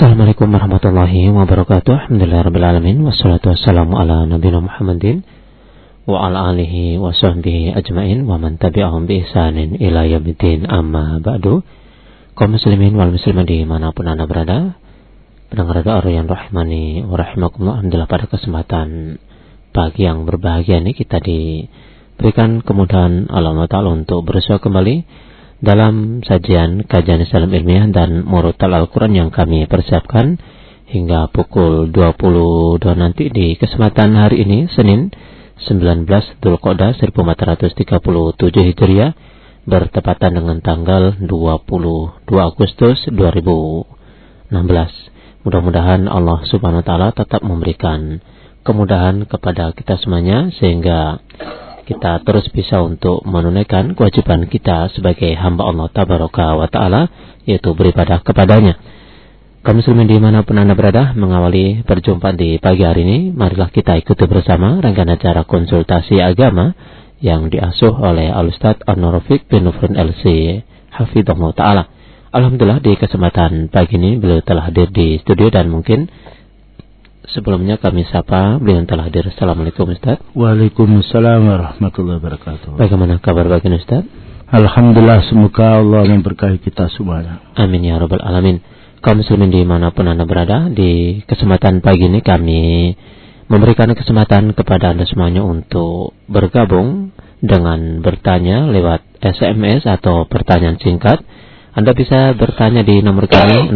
Assalamualaikum warahmatullahi wabarakatuh. Alhamdulillahirrabbilalamin. Wassalatu wassalamu ala nabiyina Muhammadin wa ala alihi wa sahbihi ajma'in wa man tabi'ahum bi ihsanin ila yaumiddin, amma ba'du. Kaum muslimin wal muslimat dimanapun Anda berada, pendengar radio yang rahimani wa rahimakumullah. Alhamdulillah, pada kesempatan pagi yang berbahagia ini kita diberikan kemudahan Allah Ta'ala untuk bersua kembali dalam sajian kajian Islam ilmiah dan murotal Al-Quran yang kami persiapkan hingga pukul 22 nanti di kesempatan hari ini, Senin 19 Dzulqa'dah 1437 Hijriah, bertepatan dengan tanggal 22 Agustus 2016. Mudah-mudahan Allah Subhanahu wa Ta'ala tetap memberikan kemudahan kepada kita semuanya sehingga kita terus bisa untuk menunaikan kewajiban kita sebagai hamba Allah Tabaraka wa Ta'ala, yaitu beribadah kepadanya. Kaum muslimin dimanapun Anda berada, mengawali perjumpaan di pagi hari ini, marilah kita ikuti bersama rangkaian acara konsultasi agama yang diasuh oleh Al-Ustaz An-Nurafiq bin Nufrin LC Hafidhahullah Ta'ala. Alhamdulillah, di kesempatan pagi ini beliau telah hadir di studio dan mungkin sebelumnya kami sapa beliau yang telah hadir. Assalamualaikum Ustaz. Waalaikumsalam warahmatullahi wabarakatuh. Bagaimana kabar baginda Ustaz? Alhamdulillah, semoga Allah memberkahi kita semuanya. Amin ya rabbal alamin. Kaum muslimin dimanapun Anda berada, di kesempatan pagi ini kami memberikan kesempatan kepada Anda semuanya untuk bergabung dengan bertanya lewat SMS atau pertanyaan singkat. Anda bisa bertanya di nomor kami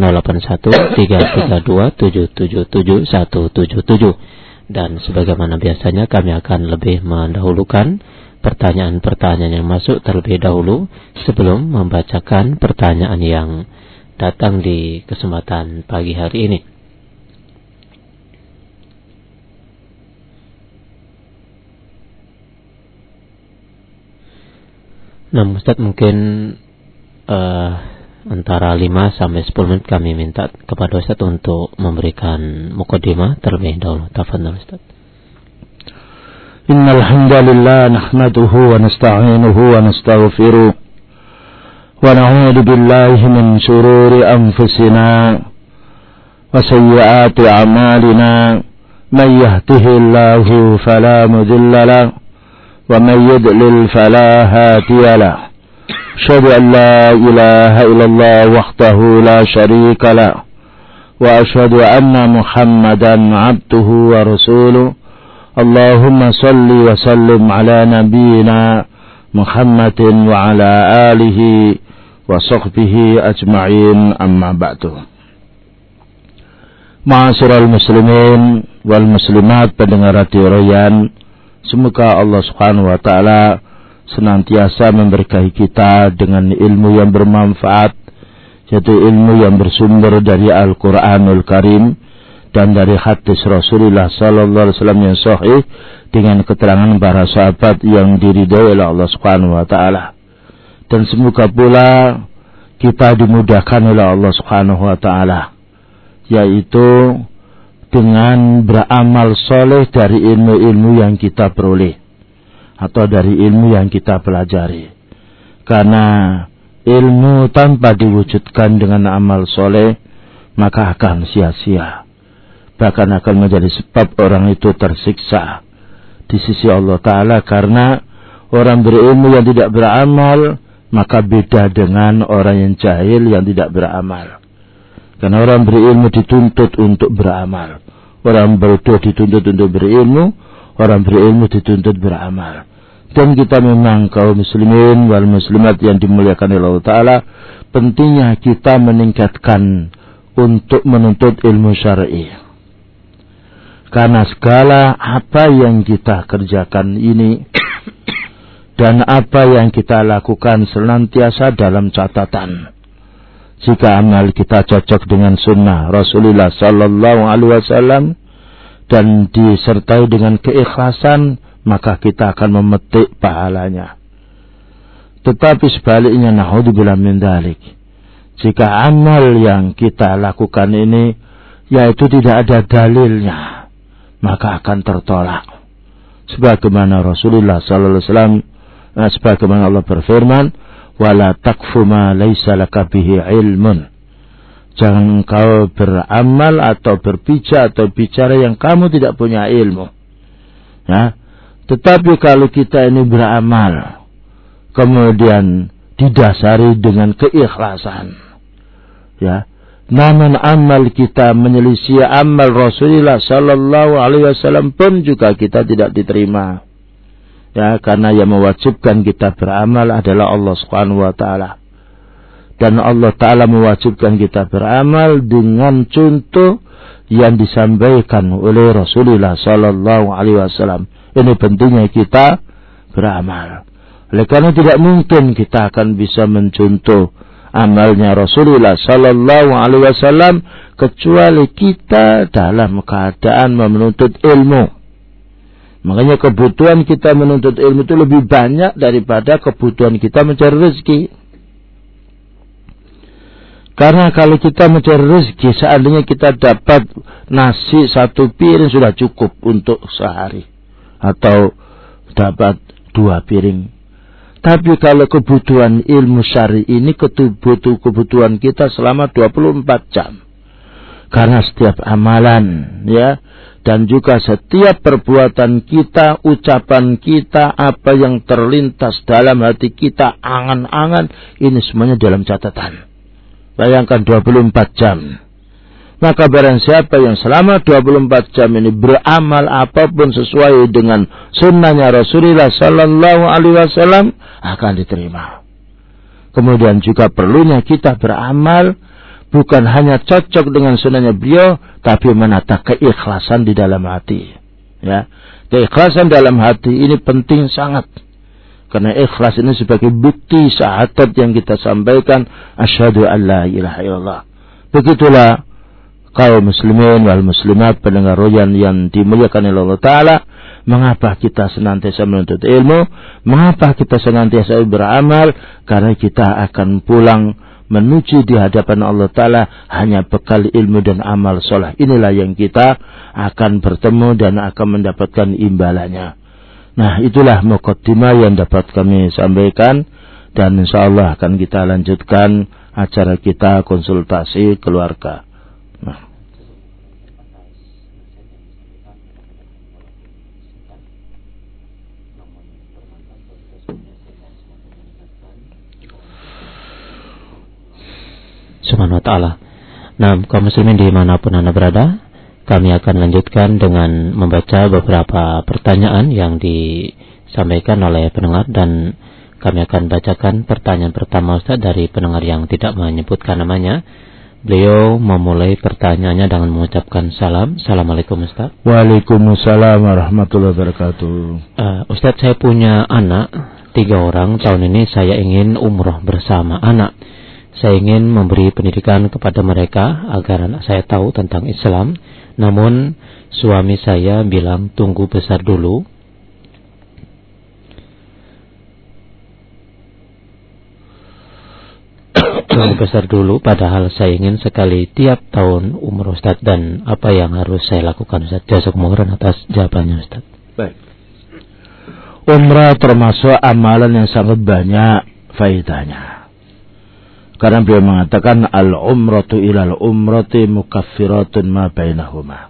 081332777177. Dan sebagaimana biasanya kami akan lebih mendahulukan pertanyaan-pertanyaan yang masuk terlebih dahulu sebelum membacakan pertanyaan yang datang di kesempatan pagi hari ini. Nah, Ustaz, mungkin antara 5 sampai 10 menit kami minta kepada Ustaz untuk memberikan muqaddimah terlebih dahulu. Tafadhal Ustaz. Innal hamdalillah nahmaduhu wa nasta'inuhu wa nastaghfiruh wa na'udzu billahi min shururi anfusina wa sayyiati a'malina. Man yahdihillahu fala mudilla lahu wa man yudlil fala hadiya lahu. أشهد أن لا إله إلا الله وحده لا شريك له وأشهد أن محمدا عبده ورسوله. اللهم صل وسلم على نبينا محمد وعلى آله وصحبه أجمعين, أما بعد. Ma'asyiral muslimin wal muslimat, pendengar radio Royan, semoga Allah Subhanahu wa Ta'ala senantiasa memberkahi kita dengan ilmu yang bermanfaat, yaitu ilmu yang bersumber dari Al-Quranul Karim dan dari hadis Rasulullah Sallallahu Alaihi Wasallam yang sahih dengan keterangan para sahabat yang diridhai oleh Allah Subhanahu Wa Taala. Dan semoga pula kita dimudahkan oleh Allah Subhanahu Wa Taala, yaitu dengan beramal soleh dari ilmu-ilmu yang kita peroleh atau dari ilmu yang kita pelajari. Karena ilmu tanpa diwujudkan dengan amal soleh maka akan sia-sia, bahkan akan menjadi sebab orang itu tersiksa di sisi Allah Ta'ala. Karena orang berilmu yang tidak beramal maka beda dengan orang yang jahil yang tidak beramal. Karena orang berilmu dituntut untuk beramal, orang bodoh dituntut untuk berilmu, orang berilmu dituntut beramal. Dan kita memang kaum muslimin wal muslimat yang dimuliakan oleh Allah Ta'ala, pentingnya kita meningkatkan untuk menuntut ilmu syar'i. Karena segala apa yang kita kerjakan ini dan apa yang kita lakukan senantiasa dalam catatan. Jika amal kita cocok dengan sunnah Rasulullah Sallallahu Alaihi Wasallam dan disertai dengan keikhlasan, maka kita akan memetik pahalanya. Tetapi sebaliknya, naudzubillah min dzalik, jika amal yang kita lakukan ini yaitu tidak ada dalilnya, maka akan tertolak. Sebagaimana Rasulullah sallallahu alaihi wasallam, sebagaimana Allah berfirman, wala taqfu ma laysa laka bihi ilmun. Jangan engkau beramal atau berpijak atau bicara yang kamu tidak punya ilmu. Ya. Tetapi kalau kita ini beramal, kemudian didasari dengan keikhlasan, ya, namun amal kita menyelisih amal Rasulullah Sallallahu Alaihi Wasallam pun juga kita tidak diterima. Ya, karena yang mewajibkan kita beramal adalah Allah Subhanahu Wa Taala. Dan Allah Ta'ala mewajibkan kita beramal dengan contoh yang disampaikan oleh Rasulullah Sallallahu Alaihi Wasallam. Ini pentingnya kita beramal. Oleh karena tidak mungkin kita akan bisa mencontoh amalnya Rasulullah Sallallahu Alaihi Wasallam kecuali kita dalam keadaan menuntut ilmu. Makanya kebutuhan kita menuntut ilmu itu lebih banyak daripada kebutuhan kita mencari rezeki. Karena kalau kita mencari rezeki, seandainya kita dapat nasi 1 piring sudah cukup untuk sehari. Atau dapat 2 piring. Tapi kalau kebutuhan ilmu syar'i ini kebutuhan kita selama 24 jam. Karena setiap amalan, ya, dan juga setiap perbuatan kita, ucapan kita, apa yang terlintas dalam hati kita, angan-angan, ini semuanya dalam catatan. Bayangkan 24 jam. Maka barang siapa yang selama 24 jam ini beramal apapun sesuai dengan sunnahnya Rasulullah Sallallahu Alaihi Wasallam akan diterima. Kemudian juga perlunya kita beramal bukan hanya cocok dengan sunnahnya beliau, tapi menata keikhlasan di dalam hati. Ya, keikhlasan dalam hati ini penting sangat. Karena ikhlas ini sebagai bukti syahadat yang kita sampaikan, asyhadu an la ilaha illallah. Begitulah kaum muslimin wal muslimat pendengar royan yang dimuliakan oleh Allah Ta'ala. Mengapa kita senantiasa menuntut ilmu? Mengapa kita senantiasa beramal? Karena kita akan pulang menuju di hadapan Allah Ta'ala hanya bekal ilmu dan amal soleh. Inilah yang kita akan bertemu dan akan mendapatkan imbalannya. Nah, itulah muqaddimah yang dapat kami sampaikan, dan insyaallah akan kita lanjutkan acara kita konsultasi keluarga. Nah. Subhanahu wa ta'ala. Nah, kaum muslimin dimanapun Anda berada, kami akan lanjutkan dengan membaca beberapa pertanyaan yang disampaikan oleh pendengar, dan kami akan bacakan pertanyaan pertama Ustaz dari pendengar yang tidak menyebutkan namanya. Beliau memulai pertanyaannya dengan mengucapkan salam. Assalamualaikum Ustaz. Waalaikumsalam warahmatullahi wabarakatuh. Ustaz, saya punya anak 3 orang. Tahun ini saya ingin umroh bersama anak. Saya ingin memberi pendidikan kepada mereka agar anak saya tahu tentang Islam. Namun suami saya bilang tunggu besar dulu. Tunggu besar dulu, padahal saya ingin sekali tiap tahun umroh Ustaz. Dan apa yang harus saya lakukan Ustaz? Jazakumullah atas jawabannya Ustaz. Baik. Umrah termasuk amalan yang sangat banyak faedahnya. Karena beliau mengatakan al-umratu ilal umrati mukaffiratun ma bainahuma.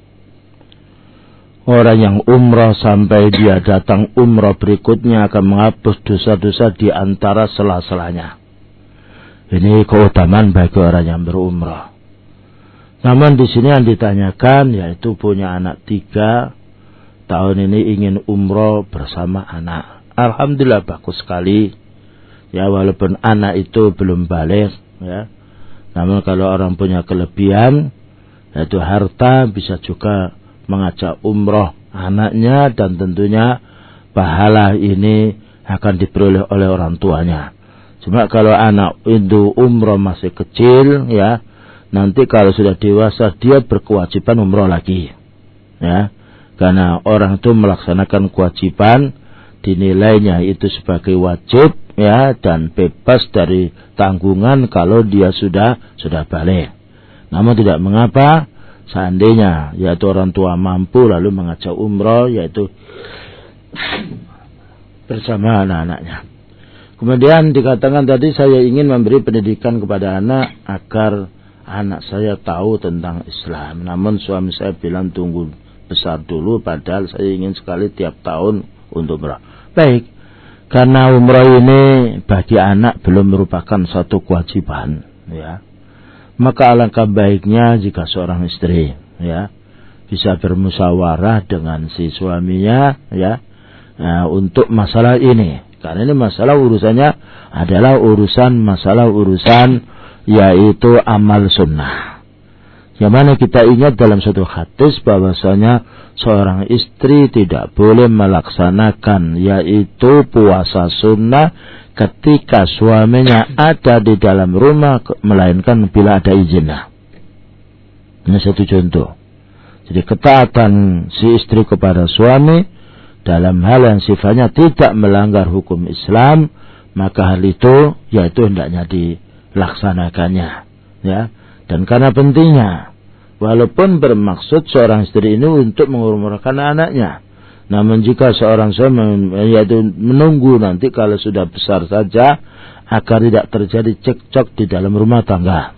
Orang yang umrah sampai dia datang umrah berikutnya akan menghapus dosa-dosa di antara sela-selanya. Ini keutamaan bagi orang yang berumrah. Namun di sini yang ditanyakan yaitu punya anak 3, tahun ini ingin umrah bersama anak. Alhamdulillah bagus sekali. Ya, walaupun anak itu belum balik, ya. Namun kalau orang punya kelebihan, yaitu harta, bisa juga mengajak umroh anaknya, dan tentunya pahala ini akan diperoleh oleh orang tuanya. Cuma kalau anak itu umroh masih kecil, ya, nanti kalau sudah dewasa dia berkewajiban umroh lagi, ya. Karena orang itu melaksanakan kewajiban, dinilainya itu sebagai wajib, ya, dan bebas dari tanggungan kalau dia sudah balik. Namun tidak mengapa seandainya yaitu orang tua mampu lalu mengajak umroh, yaitu bersama anak-anaknya. Kemudian dikatakan tadi saya ingin memberi pendidikan kepada anak agar anak saya tahu tentang Islam, namun suami saya bilang tunggu besar dulu, padahal saya ingin sekali tiap tahun untuk umrah. Baik, karena umrah ini bagi anak belum merupakan satu kewajiban, ya, maka alangkah baiknya jika seorang istri, ya, bisa bermusyawarah dengan si suaminya, ya, untuk masalah ini. Karena ini masalah urusannya adalah urusan yaitu amal sunnah. Yang mana kita ingat dalam satu hadis bahwasanya seorang istri tidak boleh melaksanakan yaitu puasa sunnah ketika suaminya ada di dalam rumah, melainkan bila ada izinnya. Ini satu contoh. Jadi ketaatan si istri kepada suami dalam hal yang sifatnya tidak melanggar hukum Islam, maka hal itu yaitu hendaknya dilaksanakannya, ya. Dan karena pentingnya, walaupun bermaksud seorang istri ini untuk mengumrahkan anaknya, namun jika seorang suami yaitu menunggu nanti kalau sudah besar saja agar tidak terjadi cekcok di dalam rumah tangga.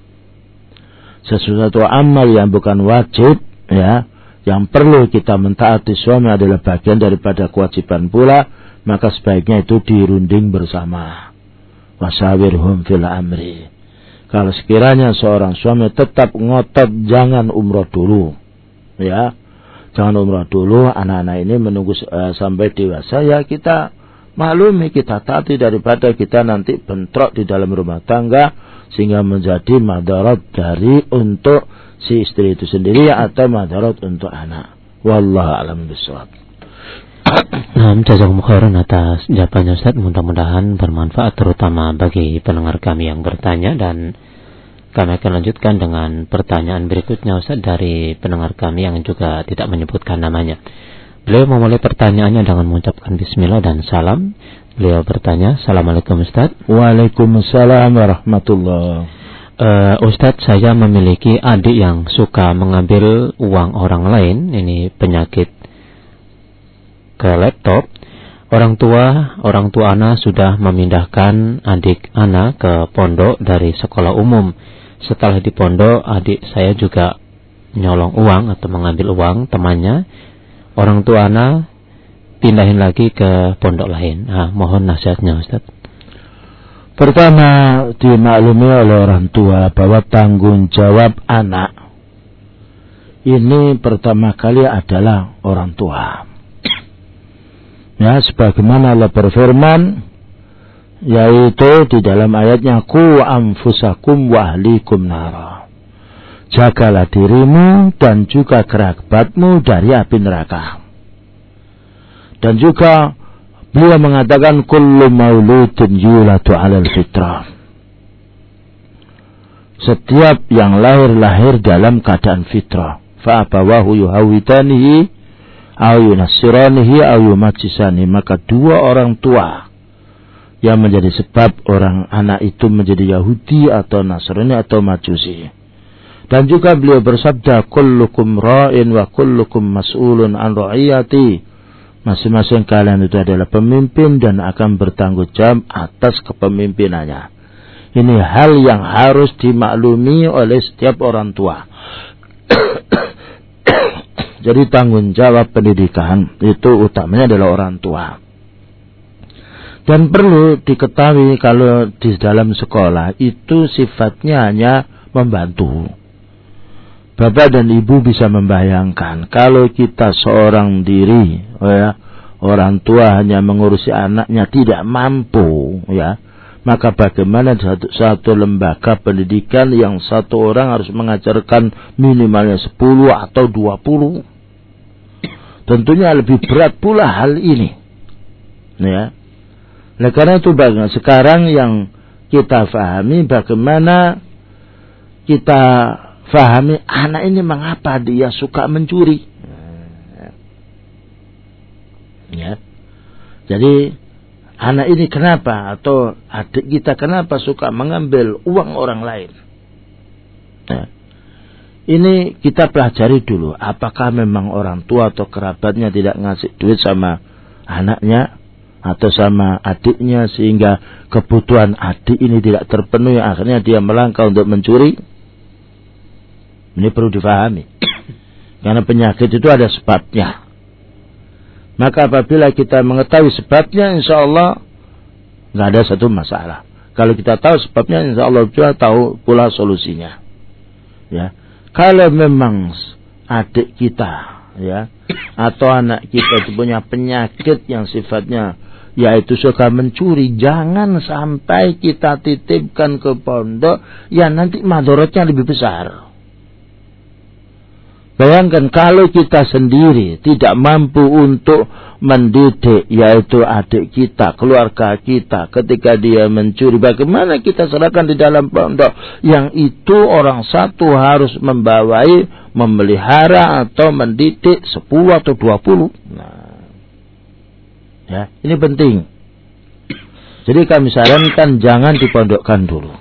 Sesuatu amal yang bukan wajib, ya, yang perlu kita mentaati suami adalah bagian daripada kewajiban pula, maka sebaiknya itu dirunding bersama. Wasawirhum fil amri. Kalau sekiranya seorang suami tetap ngotot jangan umrah dulu, ya, jangan umrah dulu, anak-anak ini menunggu sampai dewasa, ya kita maklumi, kita taati daripada kita nanti bentrok di dalam rumah tangga sehingga menjadi madarat dari untuk si istri itu sendiri atau madarat untuk anak. Wallahu a'lam bishawab. Jazakumullah khairan atas jawabannya Ustaz. Mudah-mudahan bermanfaat terutama bagi pendengar kami yang bertanya, dan kami akan lanjutkan dengan pertanyaan berikutnya Ustaz dari pendengar kami yang juga tidak menyebutkan namanya. Beliau memulai pertanyaannya dengan mengucapkan bismillah dan salam. Beliau bertanya, Assalamualaikum Ustaz. Waalaikumsalam warahmatullah. Ustadz, saya memiliki adik yang suka mengambil uang orang lain, ini penyakit ke laptop. Orang tua ana sudah memindahkan adik ana ke pondok dari sekolah umum. Setelah di pondok, adik saya juga nyolong uang atau mengambil uang temannya. Orang tua ana pindahin lagi ke pondok lain. Mohon nasihatnya Ustadz. Pertama, dimaklumi oleh orang tua bahwa tanggung jawab anak ini pertama kali adalah orang tua. Ya, sebagaimana Allah berfirman, yaitu di dalam ayatnya, Qu anfusakum wa ahlikum nara. Jagalah dirimu dan juga kerabatmu dari api neraka. Dan juga beliau mengatakan kullu mauludin yuladu 'alal fitrah. Setiap yang lahir dalam keadaan fitrah. Fa abawahu yuhawidanihi aw yunassiranihi aw yumajjisani. Maka dua orang tua yang menjadi sebab orang anak itu menjadi Yahudi atau Nasrani atau Majusi. Dan juga beliau bersabda, kullukum ra'in wa kullukum mas'ulun an ra'iyati. Masing-masing kalian itu adalah pemimpin dan akan bertanggung jawab atas kepemimpinannya. Ini hal yang harus dimaklumi oleh setiap orang tua. Jadi tanggung jawab pendidikan itu utamanya adalah orang tua. Dan perlu diketahui kalau di dalam sekolah itu sifatnya hanya membantu. Bapak dan ibu bisa membayangkan kalau kita seorang diri, ya, orang tua hanya mengurusi anaknya tidak mampu, ya, maka bagaimana satu lembaga pendidikan yang satu orang harus mengajarkan minimalnya 10 atau 20. Tentunya lebih berat pula hal ini, ya. Nah, karena itu sekarang yang kita fahami bagaimana kita fahami anak ini mengapa dia suka mencuri. Ya. Jadi anak ini kenapa atau adik kita kenapa suka mengambil uang orang lain. Nah, ini kita pelajari dulu apakah memang orang tua atau kerabatnya tidak ngasih duit sama anaknya atau sama adiknya sehingga kebutuhan adik ini tidak terpenuhi, akhirnya dia melangkah untuk mencuri. Ini perlu difahami. Karena penyakit itu ada sebabnya. Maka apabila kita mengetahui sebabnya, insya Allah nggak ada satu masalah. Kalau kita tahu sebabnya, insya Allah juga tahu pula solusinya. Ya, kalau memang adik kita, ya, atau anak kita itu punya penyakit yang sifatnya yaitu suka mencuri, jangan sampai kita titipkan ke pondok yang nanti madorotnya lebih besar. Bayangkan kalau kita sendiri tidak mampu untuk mendidik yaitu adik kita, keluarga kita, ketika dia mencuri, bagaimana kita serahkan di dalam pondok yang itu orang satu harus membawai, memelihara atau mendidik 10 atau 20. Nah, ya, ini penting. Jadi kami sarankan jangan dipondokkan dulu.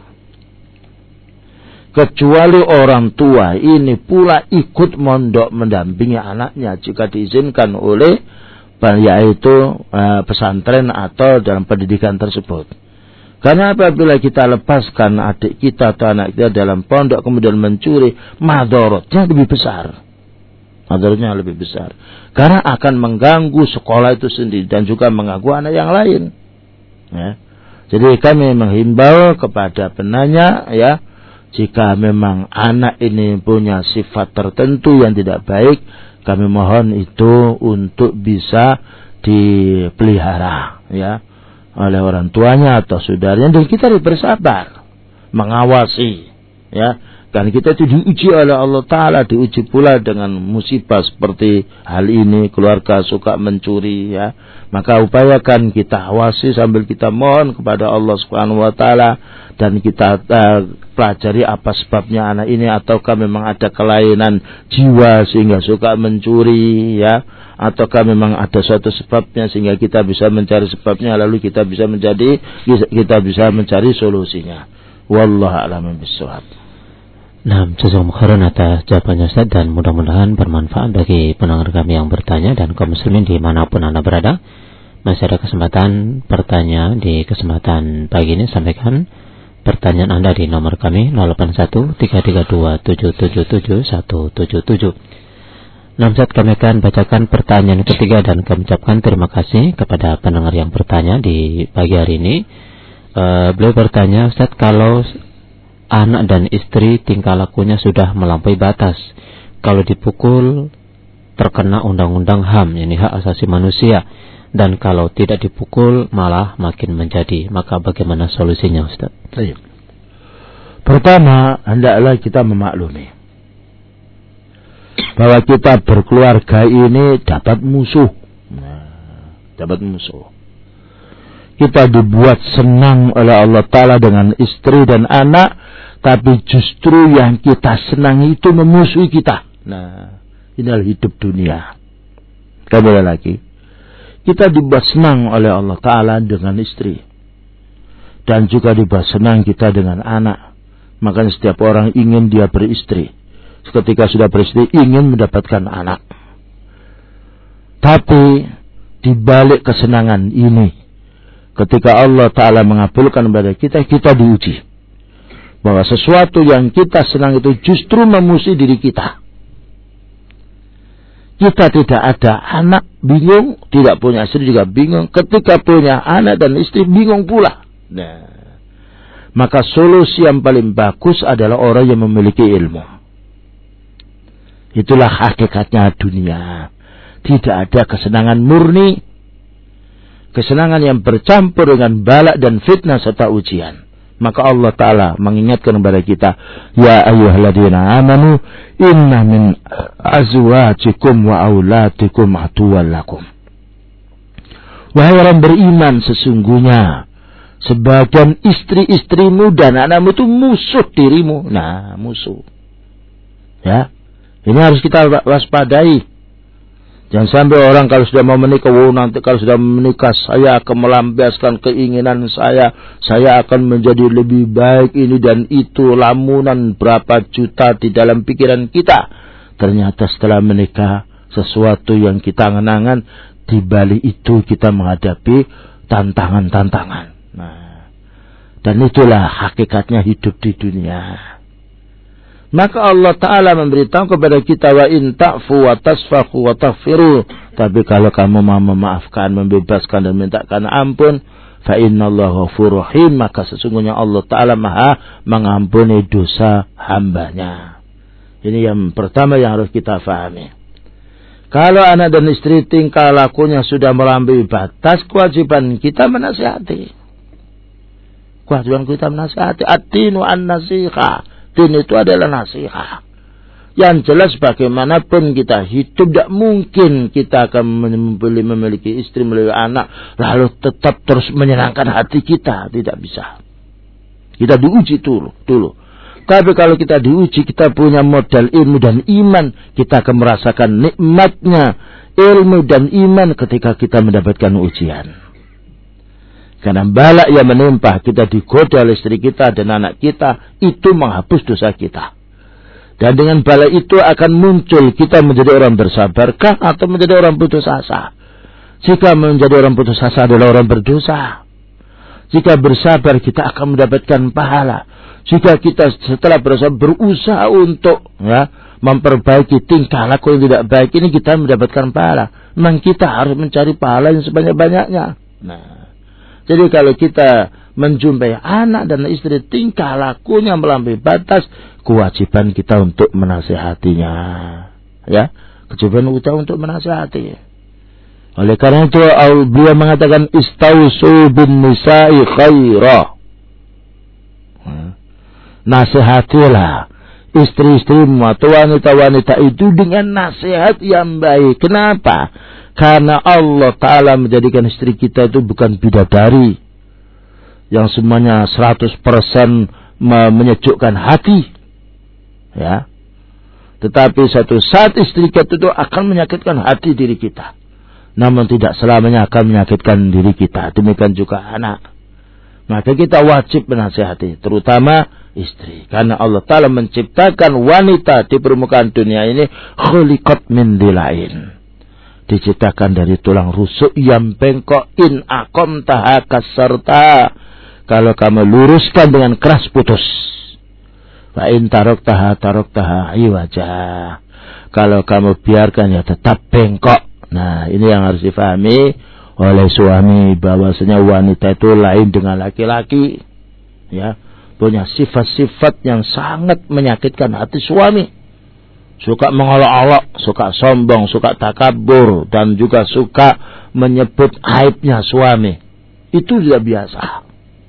Kecuali orang tua ini pula ikut mondok mendampingi anaknya jika diizinkan oleh yaitu pesantren atau dalam pendidikan tersebut. Karena apabila kita lepaskan adik kita atau anak kita dalam pondok kemudian mencuri, madorotnya lebih besar. Madorotnya lebih besar. Karena akan mengganggu sekolah itu sendiri dan juga mengganggu anak yang lain. Ya. Jadi kami menghimbau kepada penanya, ya, jika memang anak ini punya sifat tertentu yang tidak baik, kami mohon itu untuk bisa dipelihara, ya, oleh orang tuanya atau saudaranya, dan kita bersabar mengawasi, ya. Dan kita itu diuji oleh Allah Ta'ala, diuji pula dengan musibah seperti hal ini, keluarga suka mencuri, ya. Maka upayakan kita awasi sambil kita mohon kepada Allah Subhanahu Wa Ta'ala, dan kita pelajari apa sebabnya anak ini, ataukah memang ada kelainan jiwa sehingga suka mencuri, ya, ataukah memang ada suatu sebabnya sehingga kita bisa mencari sebabnya, lalu kita bisa mencari solusinya. Wallahu a'lam bishawab. Nah, jazakumullahu khairan atas jawabannya Ustaz, dan mudah-mudahan bermanfaat bagi pendengar kami yang bertanya dan kaum muslimin dimanapun Anda berada. Masih ada kesempatan bertanya di kesempatan pagi ini. Sampaikan pertanyaan Anda di nomor kami 081332777177. Nah, Ustaz, kami akan bacakan pertanyaan ketiga dan kami ucapkan terima kasih kepada pendengar yang bertanya di pagi hari ini. Beliau bertanya, Ustaz, kalau anak dan istri tingkah lakunya sudah melampaui batas, kalau dipukul terkena undang-undang HAM, yakni hak asasi manusia, dan kalau tidak dipukul malah makin menjadi, maka bagaimana solusinya, Ustaz? Pertama, hendaklah kita memaklumi bahwa kita berkeluarga ini dapat musuh. Dapat musuh. Kita dibuat senang oleh Allah Ta'ala dengan istri dan anak, tapi justru yang kita senang itu memusuhi kita. Nah, inilah hidup dunia. Kembali lagi, kita dibuat senang oleh Allah Ta'ala dengan istri, dan juga dibuat senang kita dengan anak. Makanya setiap orang ingin dia beristri. Ketika sudah beristri, ingin mendapatkan anak. Tapi di balik kesenangan ini, ketika Allah Ta'ala mengabulkan kepada kita, kita diuji. Bahwa sesuatu yang kita senang itu justru memusuhi diri kita. Kita tidak ada anak, bingung. Tidak punya istri juga bingung. Ketika punya anak dan istri, bingung pula. Nah, maka solusi yang paling bagus adalah orang yang memiliki ilmu. Itulah hakikatnya dunia. Tidak ada kesenangan murni, kesenangan yang bercampur dengan balak dan fitnah serta ujian. Maka Allah Ta'ala mengingatkan kepada kita, ya ayyuhalladzina amanu inna min azwajikum wa auladikum aduwwan lakum. Wahai orang beriman, sesungguhnya sebagian istri-istrimu dan anakmu itu musuh dirimu. Nah, musuh. Ya, ini harus kita waspadai. Jangan sampai orang kalau sudah mau menikah, nanti kalau sudah menikah saya akan melampiaskan keinginan saya akan menjadi lebih baik ini dan itu, lamunan berapa juta di dalam pikiran kita. Ternyata setelah menikah, sesuatu yang kita angan-angan, di balik itu kita menghadapi tantangan-tantangan. Nah, dan itulah hakikatnya hidup di dunia. Maka Allah Ta'ala memberitahu kepada kita, wa in ta'fu wa tasfahu wa taghfiru. Tapi kalau kamu mau memaafkan, membebaskan dan mintakan ampun, fa innallaha ghafurur rahim, maka sesungguhnya Allah Ta'ala Maha mengampuni dosa hambanya. Ini yang pertama yang harus kita fahami. Kalau anak dan istri tingkah lakunya sudah melampaui batas, kewajiban kita menasihati. Kewajiban kita menasihati. Ad-dinu an-nasiha. Din itu adalah nasihat. Yang jelas bagaimanapun kita hidup, tidak mungkin kita akan memiliki istri, memiliki anak, lalu tetap terus menyenangkan hati kita. Tidak bisa. Kita diuji dulu. Tapi kalau kita diuji, kita punya modal ilmu dan iman, kita akan merasakan nikmatnya ilmu dan iman ketika kita mendapatkan ujian. Karena bala yang menimpa kita, digoda oleh istri kita dan anak kita, itu menghapus dosa kita. Dan dengan bala itu akan muncul kita menjadi orang bersabarkah atau menjadi orang putus asa. Jika menjadi orang putus asa adalah orang berdosa. Jika bersabar kita akan mendapatkan pahala. Jika kita setelah bersabar berusaha untuk memperbaiki tingkah laku yang tidak baik, ini kita mendapatkan pahala. Memang kita harus mencari pahala yang sebanyak-banyaknya. Jadi kalau kita menjumpai anak dan istri tingkah lakunya melampaui batas, kewajiban kita untuk menasihatinya. Ya, kewajiban kita untuk menasihati. Oleh karena itu beliau mengatakan istausu bin nisa'i khaira. Nasihatilah istri-istrimu atau wanita-wanita itu dengan nasihat yang baik. Kenapa? Karena Allah Ta'ala menjadikan istri kita itu bukan bidadari yang semuanya 100% menyejukkan hati. Ya. Tetapi suatu saat istri kita itu akan menyakitkan hati diri kita. Namun tidak selamanya akan menyakitkan diri kita. Demikian juga anak. Maka kita wajib menasihati, terutama istri. Karena Allah Ta'ala menciptakan wanita di permukaan dunia ini khuliqat min dilain. Diciptakan dari tulang rusuk yang bengkok. In aqamtaha kasarta. Kalau kamu luruskan dengan keras, putus. Wa in taroktaha iwajah. Kalau kamu biarkan ya tetap bengkok. Nah, ini yang harus difahami oleh suami, bahwasanya wanita itu lain dengan laki-laki. Ya, punya sifat-sifat yang sangat menyakitkan hati suami. Suka mengolok-olok, suka sombong, suka takabur, dan juga suka menyebut aibnya suami. Itu tidak biasa.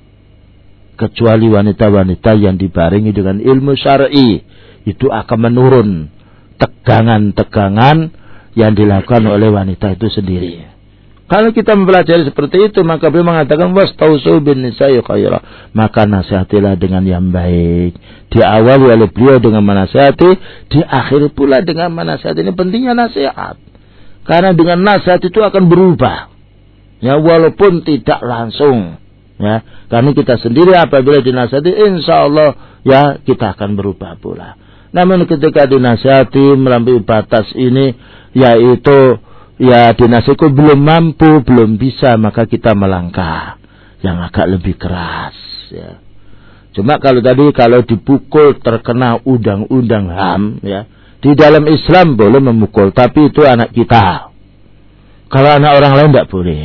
Kecuali wanita-wanita yang dibarengi dengan ilmu syar'i, itu akan menurun tegangan-tegangan yang dilakukan oleh wanita itu sendiri. Kalau kita mempelajari seperti itu, maka beliau mengatakan wastausu bin nisa'i khaira, maka nasihatilah dengan yang baik. Diawali oleh beliau dengan menasihati, diakhiri pula dengan menasihati. Ini pentingnya nasihat. Karena dengan nasihat itu akan berubah. Ya, walaupun tidak langsung. Ya, karena kita sendiri apabila dinasihati, insyaallah ya kita akan berubah pula. Namun ketika dinasihati melampaui batas ini, yaitu ya dinasihati belum mampu, belum bisa, maka kita melangkah yang agak lebih keras. Ya. Cuma kalau dipukul terkena undang-undang HAM, ya, di dalam Islam boleh memukul, tapi itu anak kita. Kalau anak orang lain tidak boleh.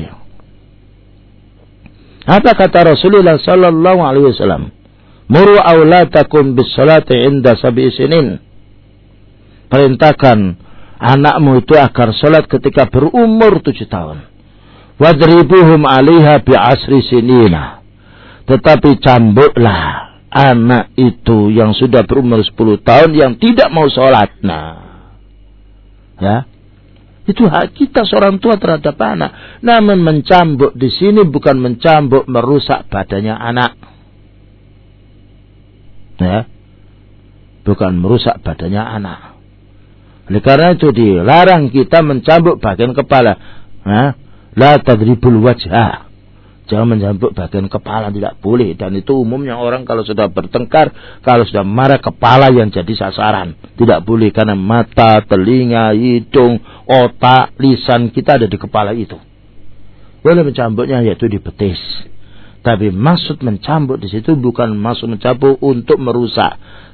Apa kata Rasulullah Sallallahu Alaihi Wasallam? Muru auladakum bis salati inda sab'i sinin. Perintahkan anakmu itu agar salat ketika berumur 7 tahun. Wadribuhum 'alaiha bi 10 sinina. Tetapi cambuklah anak itu yang sudah berumur 10 tahun yang tidak mau salat. Nah, ya. Itu hak kita seorang tua terhadap anak. Namun mencambuk di sini bukan mencambuk merusak badannya anak. Ya. Bukan merusak badannya anak. Oleh karena itu dilarang kita mencambuk bagian kepala. La tadribul wajah. Jangan mencambuk bagian kepala, tidak boleh. Dan itu umumnya orang kalau sudah bertengkar, kalau sudah marah, kepala yang jadi sasaran. Tidak boleh, karena mata, telinga, hidung, otak, lisan kita ada di kepala itu. Boleh mencambuknya yaitu di betis. Tapi maksud mencambuk di situ bukan maksud mencambuk untuk merusak,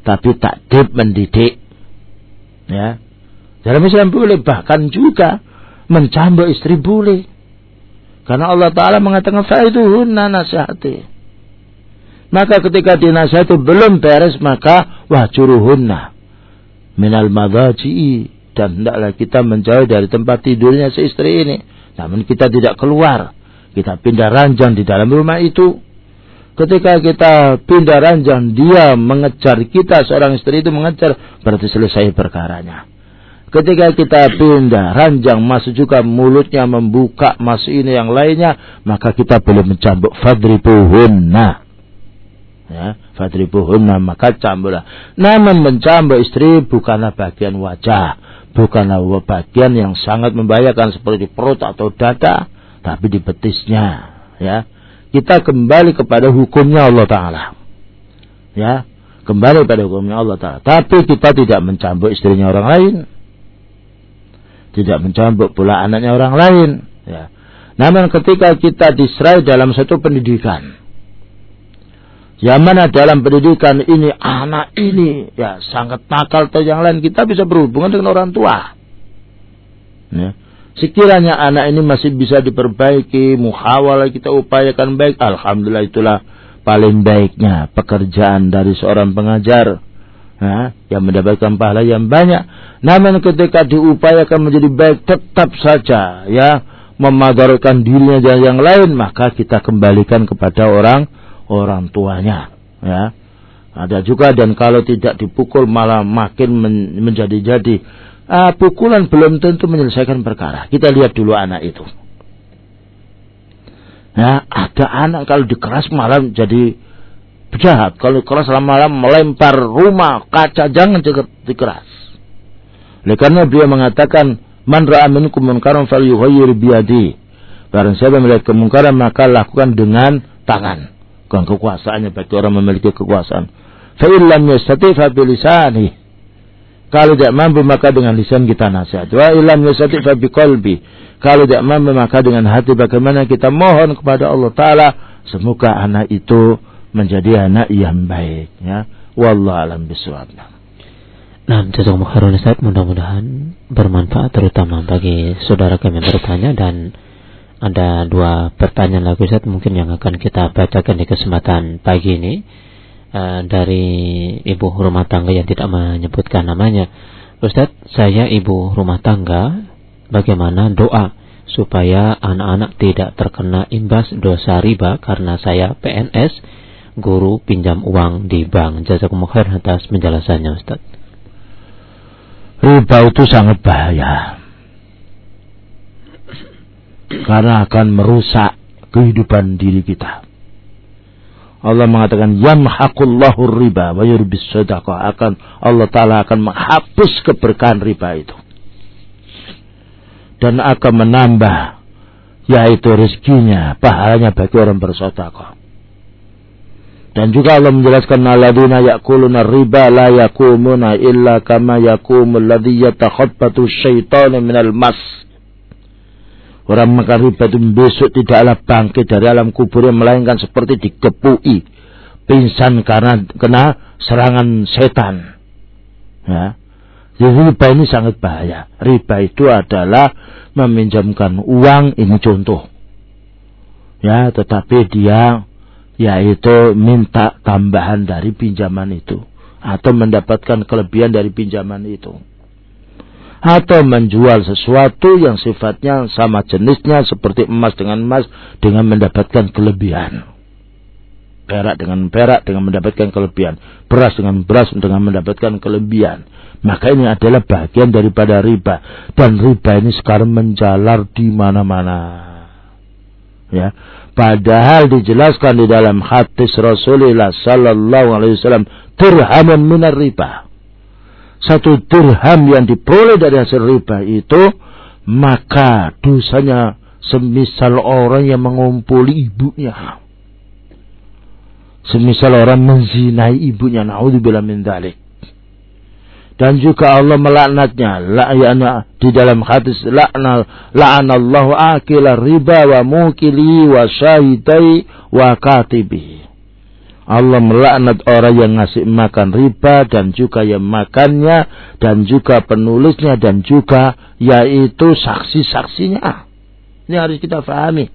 tapi takdib mendidik. Ya. Dalam Islam boleh, bahkan juga mencambuk istri boleh. Karena Allah Ta'ala mengatakan fa'iduhunna nasihati. Maka ketika dinasihati belum beres, maka wahjuruhunna minal madhaji'i, dan hendaklah kita menjauh dari tempat tidurnya si istri ini. Namun kita tidak keluar, kita pindah ranjang di dalam rumah itu. Ketika kita pindah ranjang, dia mengejar kita, seorang istri itu mengejar, berarti selesai perkaranya. Ketika kita pindah ranjang, masuk juga mulutnya membuka, masuk ini yang lainnya, maka kita boleh mencambuk. Fadribuhunna. Ya, fadribuhunna, maka cambuklah. Namun mencambuk istri bukanlah bagian wajah, bukanlah bagian yang sangat membahayakan seperti perut atau dada, tapi di betisnya. Ya, kita kembali kepada hukumnya Allah Ta'ala. Ya, kembali pada hukumnya Allah Ta'ala. Tapi kita tidak mencambuk istrinya orang lain, tidak mencambuk pula anaknya orang lain. Ya. Namun ketika kita diserai dalam satu pendidikan, yang mana dalam pendidikan ini anak ini ya sangat nakal atau yang lain, kita bisa berhubungan dengan orang tua. Ya. Sekiranya anak ini masih bisa diperbaiki, muhawalah kita upayakan baik, alhamdulillah, itulah paling baiknya pekerjaan dari seorang pengajar. Yang mendapatkan pahala yang banyak. Namun ketika diupayakan menjadi baik, tetap saja ya memadaratkan dirinya dan yang lain, maka kita kembalikan kepada orang tuanya. Ya, ada juga, dan kalau tidak dipukul malah makin menjadi-jadi. Pukulan belum tentu menyelesaikan perkara. Kita lihat dulu anak itu. Ya, ada anak kalau dikeras malah jadi jahat. Kalau keras lama-lama melempar rumah, kaca, jangan dikeras. Oleh karena beliau mengatakan, man ra'a minkum munkaran falyughayyir biyadihi. Barang siapa melihat kemungkaran, maka lakukan dengan tangan. Bukan kekuasaannya bagi orang memiliki kekuasaan. Fa illam yastati' fa bilisanihi. Kalau tidak mampu, maka dengan lisan kita nasihat. Wa illam yastati' fa biqalbi. Kalau tidak mampu, maka dengan hati. Bagaimana kita mohon kepada Allah Ta'ala, semoga anak itu menjadi anak yang baik, ya. Wallahu a'lam bishawab. Nah, jazakumullah khairan Ustaz, mudah-mudahan bermanfaat terutama bagi saudara kami yang bertanya, dan ada 2 pertanyaan lagi Ustaz mungkin yang akan kita bacakan di kesempatan pagi ini dari ibu rumah tangga yang tidak menyebutkan namanya. Ustaz, saya ibu rumah tangga, bagaimana doa supaya anak-anak tidak terkena imbas dosa riba karena saya PNS, guru pinjam uang di bank. Jazakumullah khair atas penjelasannya Ustaz. Riba itu sangat bahaya, karena akan merusak kehidupan diri kita. Allah mengatakan yamhaqullahu riba wa yurbis shadaqah, Allah Ta'ala akan menghapus keberkahan riba itu dan akan menambah, yaitu rezekinya, pahalanya bagi orang bersedekah. Dan juga Allah menjelaskan alladzina ya'kuluna riba la yaqumuna illa kama yaqumul ladzi yatakhabbatu syaitanu minal mas. Orang makan riba itu besok tidaklah bangkit dari alam kuburnya, melainkan seperti digepui, pingsan karena kena serangan setan. Ya. Jadi riba ini sangat bahaya. Riba itu adalah meminjamkan uang, ini contoh. Ya, tetapi dia yaitu minta tambahan dari pinjaman itu, atau mendapatkan kelebihan dari pinjaman itu, atau menjual sesuatu yang sifatnya sama jenisnya seperti emas dengan emas dengan mendapatkan kelebihan, perak dengan perak dengan mendapatkan kelebihan, beras dengan beras dengan mendapatkan kelebihan. Maka ini adalah bagian daripada riba, dan riba ini sekarang menjalar di mana-mana. Ya, padahal dijelaskan di dalam hadis Rasulullah sallallahu alaihi wasallam, dirhamun minar riba. 1 dirham yang diperoleh dari hasil riba itu, maka dosanya semisal orang yang mengumpuli ibunya, semisal orang menzinai ibunya. Naudzubillah min dzalik. Dan juga Allah melaknatnya. Di dalam hadis, la'anallahu akila riba wa mukili wa syahidai wa katibi. Allah melaknat orang yang ngasih makan riba dan juga yang makannya dan juga penulisnya dan juga yaitu saksi-saksinya. Ini harus kita pahami.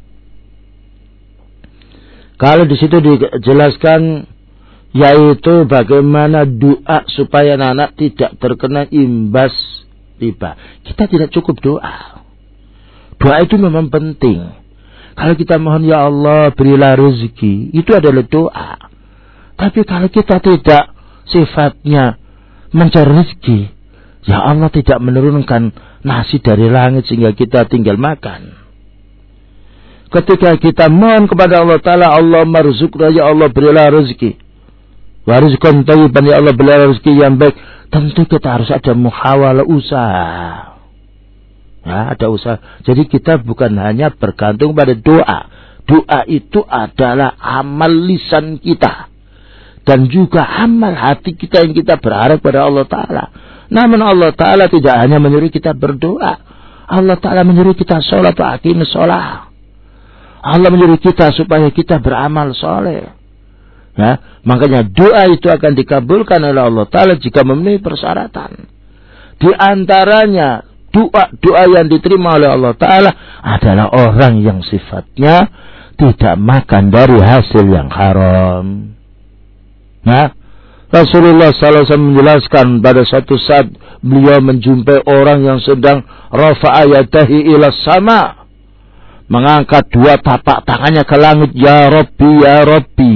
Kalau di situ dijelaskan yaitu bagaimana doa supaya anak tidak terkena imbas riba. Kita tidak cukup doa. Doa itu memang penting. Kalau kita mohon ya Allah berilah rezeki, itu adalah doa. Tapi kalau kita tidak sifatnya mencari rezeki, ya Allah tidak menurunkan nasi dari langit sehingga kita tinggal makan. Ketika kita mohon kepada Allah Ta'ala, Allah marzuqna, ya Allah berilah rezeki. Wa rizqan thayyiban, ya Allah berilah rezeki yang baik. Tentu kita harus ada muhawalah usaha. Ya, ada usaha. Jadi kita bukan hanya bergantung pada doa. Doa itu adalah amal lisan kita. Dan juga amal hati kita yang kita berharap pada Allah Ta'ala. Namun Allah Ta'ala tidak hanya menyuruh kita berdoa. Allah Ta'ala menyuruh kita sholat wa aqimus sholat. Allah menyuruh kita supaya kita beramal soleh. Ya, makanya doa itu akan dikabulkan oleh Allah Ta'ala jika memenuhi persyaratan. Di antaranya doa yang diterima oleh Allah Ta'ala adalah orang yang sifatnya tidak makan dari hasil yang haram. Nah, Rasulullah SAW menjelaskan pada suatu saat beliau menjumpai orang yang sedang rafa'a yadahi ila sama, mengangkat dua tapak tangannya ke langit, ya Rabbi, ya Rabbi.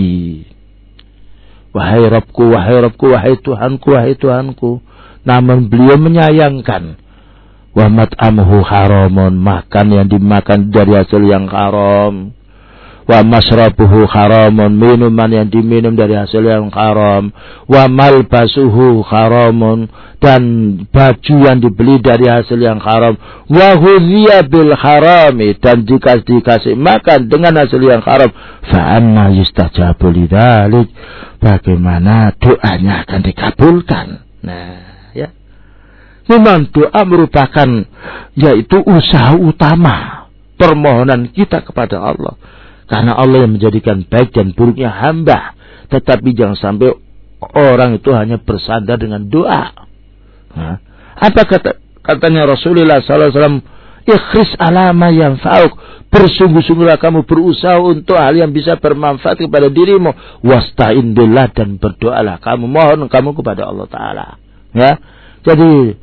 Wahai Rabbku, wahai Rabbku, wahai Tuhanku, wahai Tuhanku. Namun beliau menyayangkan, wa mat'amuhu haramun, makan yang dimakan dari hasil yang haram. Wa masrabuhu haramun, minuman yang diminum dari hasil yang haram. Wa malbasuhu haramun, dan baju yang dibeli dari hasil yang haram. Wa hudhiya bil harami, dan jika dikasih makan dengan hasil yang haram, fa anna yustajabu lidzalik, bagaimana doanya akan dikabulkan. Nah, ya. Memang doa merupakan yaitu usaha utama permohonan kita kepada Allah. Karena Allah yang menjadikan baik dan buruknya hamba. Tetapi jangan sampai orang itu hanya bersandar dengan doa. Nah, apa katanya Rasulullah SAW? Ikhris alama yang fauk. Bersungguh-sungguhlah kamu berusaha untuk hal yang bisa bermanfaat kepada dirimu. Wasta'in billah, dan berdoalah kamu, mohon kamu kepada Allah Ta'ala. Ya, jadi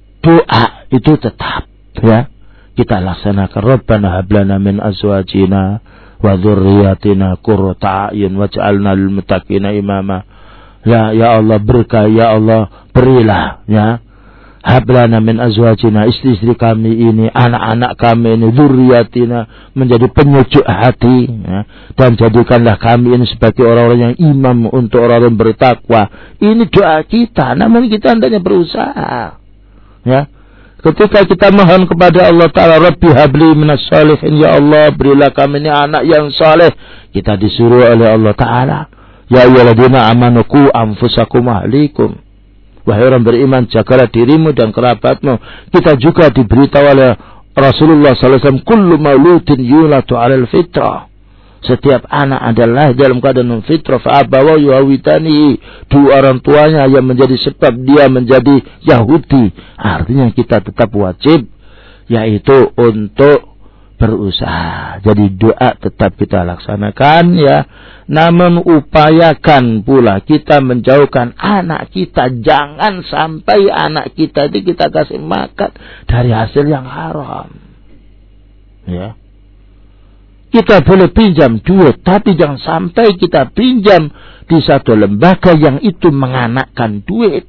doa itu tetap ya kita laksanakan. Rabbana hablana min azwajina wa dzurriyyatina qurrata a'yun waj'alna lil muttaqina imama. Ya Allah berkah, ya Allah berilah ya hablana min azwajina, istri-istri kami ini, anak-anak kami ini, dzurriyyatina, menjadi penyujuk hati ya. Dan jadikanlah kami ini sebagai orang-orang yang imam untuk orang-orang bertakwa. Ini doa kita, namun kita hendaknya berusaha ya. Ketika kita mohon kepada Allah Ta'ala, Rabbi habli minas sholihin, ya Allah berilah kami ini anak yang saleh, kita disuruh oleh Allah Ta'ala, ya ayyuhalladzina amanu qu anfusakum ahlikum, wahai orang beriman jagalah dirimu dan kerabatmu. Kita juga diberitahu oleh Rasulullah SAW, kullu mauludin yuladu 'alal fitrah, setiap anak adalah dalam keadaan fitrah. Fa'abawahu yuhawidanihi, dua orang tuanya yang menjadi sebab dia menjadi Yahudi. Artinya kita tetap wajib yaitu untuk berusaha. Jadi doa tetap kita laksanakan ya. Namun upayakan pula kita menjauhkan anak kita. Jangan sampai anak kita itu kita kasih makan dari hasil yang haram. Ya. Kita boleh pinjam duit, tapi jangan sampai kita pinjam di satu lembaga yang itu menganakkan duit.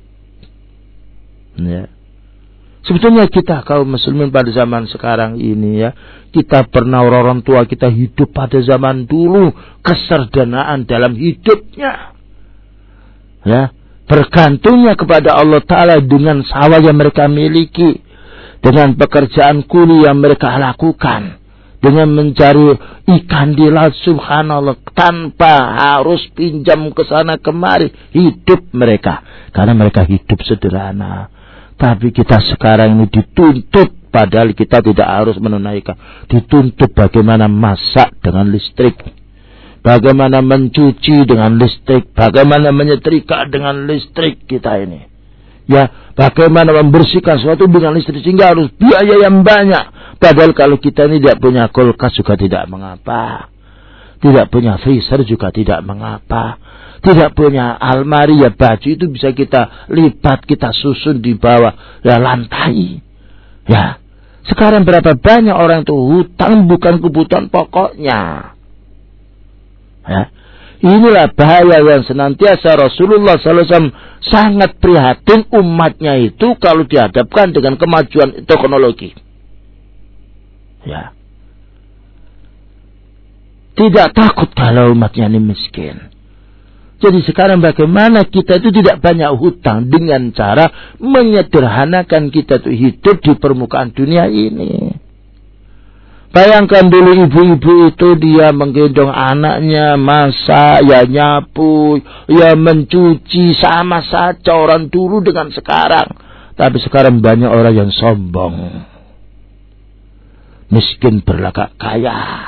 Ya. Sebetulnya kita kaum muslimin pada zaman sekarang ini ya, kita pernah orang tua kita hidup pada zaman dulu, keserdanaan dalam hidupnya. Ya, bergantungnya kepada Allah Ta'ala dengan sawah yang mereka miliki, dengan pekerjaan kuli yang mereka lakukan, dengan mencari ikan di laut, subhanallah, tanpa harus pinjam ke sana kemari, hidup mereka. Karena mereka hidup sederhana. Tapi kita sekarang ini dituntut, padahal kita tidak harus menunaikan. Dituntut bagaimana masak dengan listrik. bagaimana mencuci dengan listrik, bagaimana menyetrika dengan listrik kita ini. Ya, bagaimana membersihkan sesuatu dengan listrik sehingga harus biaya yang banyak. Padahal kalau kita ini tidak punya kulkas juga tidak mengapa. Tidak punya freezer juga tidak mengapa. Tidak punya almari, ya baju itu bisa kita lipat, kita susun di bawah ya lantai. Ya, sekarang berapa banyak orang itu hutang bukan kebutuhan pokoknya. Ya, inilah bahaya yang senantiasa Rasulullah SAW sangat prihatin umatnya itu kalau dihadapkan dengan kemajuan teknologi. Ya, tidak takut kalau umatnya ini miskin. Jadi sekarang bagaimana kita itu tidak banyak hutang dengan cara menyederhanakan kita itu hidup di permukaan dunia ini. Bayangkan dulu ibu-ibu itu dia menggendong anaknya, masak, ya nyapu, ya mencuci, sama saja orang dulu dengan sekarang. Tapi sekarang banyak orang yang sombong. Miskin berlagak kaya.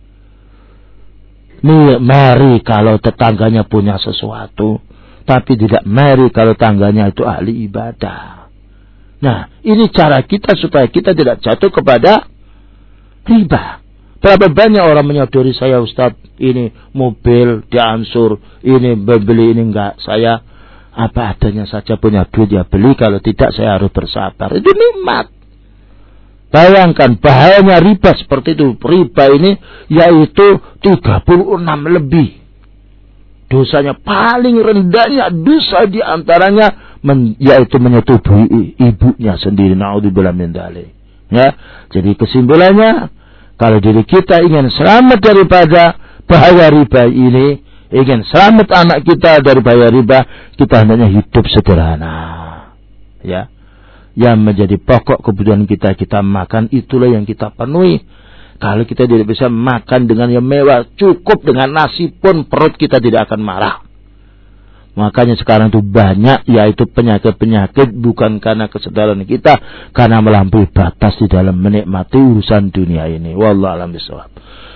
Mari kalau tetangganya punya sesuatu, tapi tidak mari kalau tetangganya itu ahli ibadah. Nah, ini cara kita supaya kita tidak jatuh kepada riba. Berapa banyak orang menyodori saya, Ustaz, ini mobil diansur, ini beli, ini enggak. Saya apa adanya saja, punya duit ya beli, kalau tidak saya harus bersabar. Itu nikmat. Bayangkan bahayanya riba seperti itu. Riba ini yaitu 36 lebih. Dosanya paling rendahnya dosa diantaranya yaitu menyetubuhi ibunya sendiri. Naudzubillah min dzalik. Ya, jadi kesimpulannya kalau diri kita ingin selamat daripada bahaya riba ini, ingin selamat anak kita dari bahaya riba, kita hendaknya hidup sederhana. Ya. Yang menjadi pokok kebutuhan kita makan, itulah yang kita penuhi. Kalau kita tidak bisa makan dengan yang mewah, cukup dengan nasi pun perut kita tidak akan marah. Makanya sekarang itu banyak yaitu penyakit-penyakit bukan karena kesadaran kita, karena melampaui batas di dalam menikmati urusan dunia ini. Wallahu a'lam bishawab.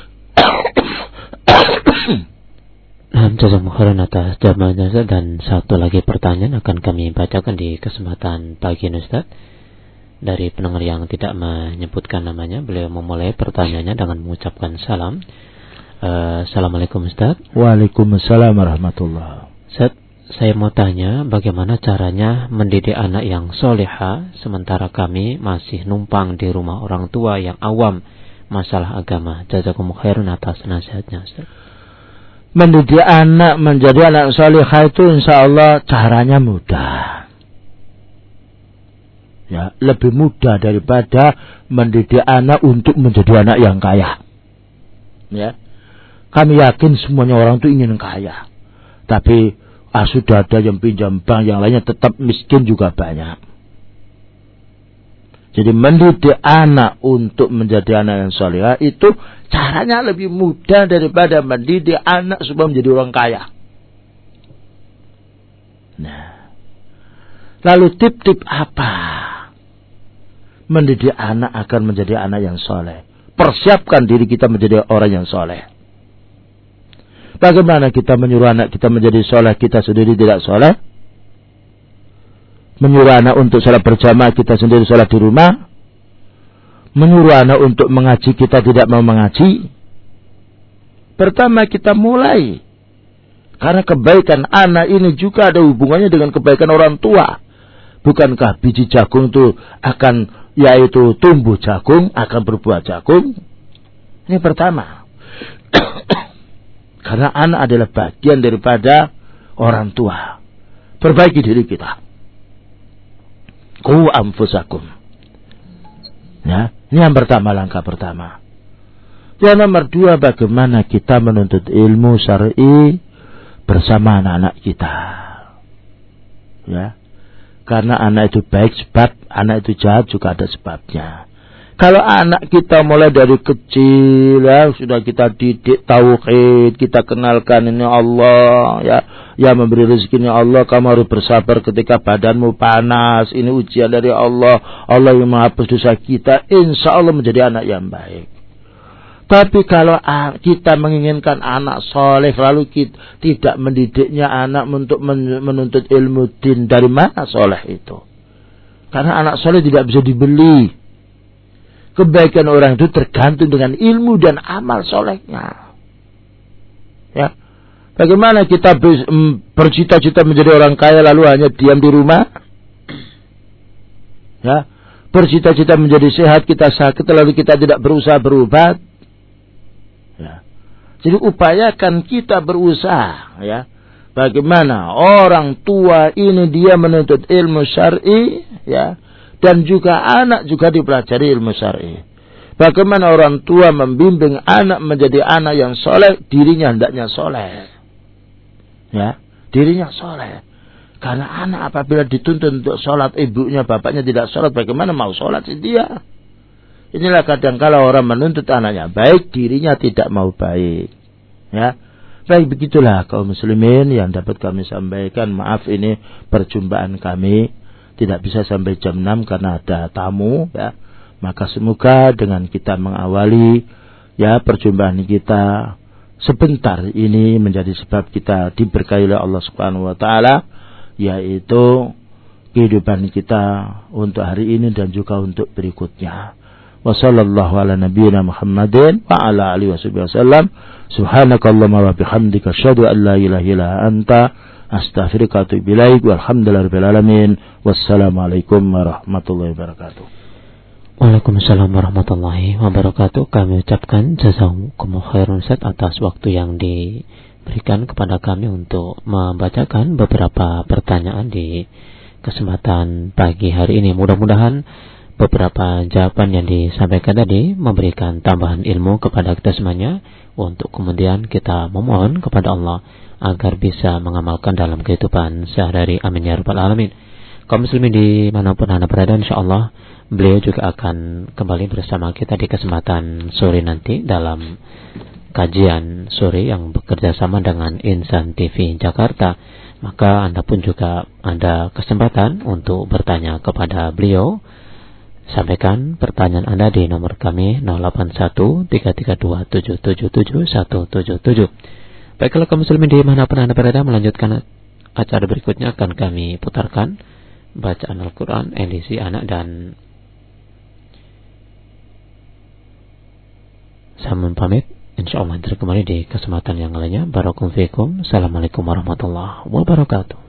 Jazakumullah khairan atas jawabannya, Ustaz. Dan satu lagi pertanyaan akan kami bacakan di kesempatan pagi ini, Ustaz. Dari pendengar yang tidak menyebutkan namanya, beliau memulai pertanyaannya dengan mengucapkan salam. Assalamualaikum, Ustaz. Waalaikumsalam warahmatullahi. Ustaz, saya mau tanya bagaimana caranya mendidik anak yang soleha sementara kami masih numpang di rumah orang tua yang awam masalah agama. Jazakumullah khairan atas nasihatnya, Ustaz. Mendidik anak menjadi anak salihah itu insya Allah caranya mudah. Ya, lebih mudah daripada mendidik anak untuk menjadi anak yang kaya. Ya, kami yakin semuanya orang itu ingin kaya. Tapi sudah ada yang pinjam bank, yang lainnya tetap miskin juga banyak. Jadi mendidik anak untuk menjadi anak yang salihah itu caranya lebih mudah daripada mendidik anak supaya menjadi orang kaya. Nah, lalu tip-tip apa mendidik anak akan menjadi anak yang soleh? Persiapkan diri kita menjadi orang yang soleh. Bagaimana kita menyuruh anak kita menjadi soleh, kita sendiri tidak soleh? Menyuruh anak untuk salat berjamaah, kita sendiri salat di rumah. Menyuruh anak untuk mengaji, kita tidak mau mengaji. Pertama kita mulai. Karena kebaikan anak ini juga ada hubungannya dengan kebaikan orang tua. Bukankah biji jagung itu akan yaitu tumbuh jagung, akan berbuah jagung? Ini pertama. Karena anak adalah bagian daripada orang tua. Perbaiki diri kita. Qu anfusakum. Ya, ini yang pertama, langkah pertama. Yang nomor dua, bagaimana kita menuntut ilmu syar'i bersama anak-anak kita. Ya, karena anak itu baik sebab, anak itu jahat juga ada sebabnya. Kalau anak kita mulai dari kecil ya sudah kita didik tauhid, kita kenalkan ini Allah ya, ya memberi rezeki ini Allah, kamu harus bersabar ketika badanmu panas, ini ujian dari Allah, Allah yang menghapus dosa kita, insya Allah menjadi anak yang baik. Tapi kalau kita menginginkan anak soleh lalu kita tidak mendidiknya anak untuk menuntut ilmu din, dari mana soleh itu? Karena anak soleh tidak bisa dibeli. Kebaikan orang itu tergantung dengan ilmu dan amal solehnya. Ya, bagaimana kita bercita-cita menjadi orang kaya lalu hanya diam di rumah? Ya, bercita-cita menjadi sehat, kita sakit lalu kita tidak berusaha berobat. Ya. Jadi upayakan kita berusaha, ya. Bagaimana orang tua ini dia menuntut ilmu syar'i, ya, dan juga anak juga dipelajari ilmu syar'i. Bagaimana orang tua membimbing anak menjadi anak yang soleh, dirinya hendaknya soleh, ya, dirinya soleh. Karena anak apabila dituntut untuk sholat, ibunya bapaknya tidak sholat, bagaimana mau sholat sih dia? Inilah kadang-kala orang menuntut anaknya baik, dirinya tidak mau baik. Ya, baik, begitulah kaum muslimin yang dapat kami sampaikan. Maaf ini perjumpaan kami tidak bisa sampai jam 6 karena ada tamu. Ya, maka semoga dengan kita mengawali ya perjumpaan kita sebentar ini menjadi sebab kita diberkahi oleh Allah Subhanahu Wa Taala, yaitu kehidupan kita untuk hari ini dan juga untuk berikutnya. Wa sallallahu ala nabiyyina Muhammadin wa ala alihi wasallam. Subhanakallahumma wa bihamdika asyhadu an la ilaha illa anta astaghfiruka wa atubu ilaik. Walhamdulillahirabbil alamin. Wassalamualaikum warahmatullahi wabarakatuh. Waalaikumsalam warahmatullahi wabarakatuh. Kami ucapkan jazakumullahu khairan Ustaz atas waktu yang diberikan kepada kami untuk membacakan beberapa pertanyaan di kesempatan pagi hari ini. Mudah-mudahan beberapa jawaban yang disampaikan tadi memberikan tambahan ilmu kepada kita semuanya, untuk kemudian kita memohon kepada Allah agar bisa mengamalkan dalam kehidupan sehari-hari. Amin ya rabbal alamin. Kaum muslimin dimanapun Anda berada, insyaallah beliau juga akan kembali bersama kita di kesempatan sore nanti dalam kajian sore yang bekerja sama dengan Insan TV Jakarta. Maka Anda pun juga ada kesempatan untuk bertanya kepada beliau. Sampaikan pertanyaan Anda di nomor kami 081332777177. Baiklah kaum muslimin dimanapun Anda berada, melanjutkan acara berikutnya akan kami putarkan bacaan Al-Quran edisi anak, dan saya pamit. InsyaAllah kembali di kesempatan yang lainnya. Barakallahu fiikum. Assalamualaikum warahmatullahi wabarakatuh.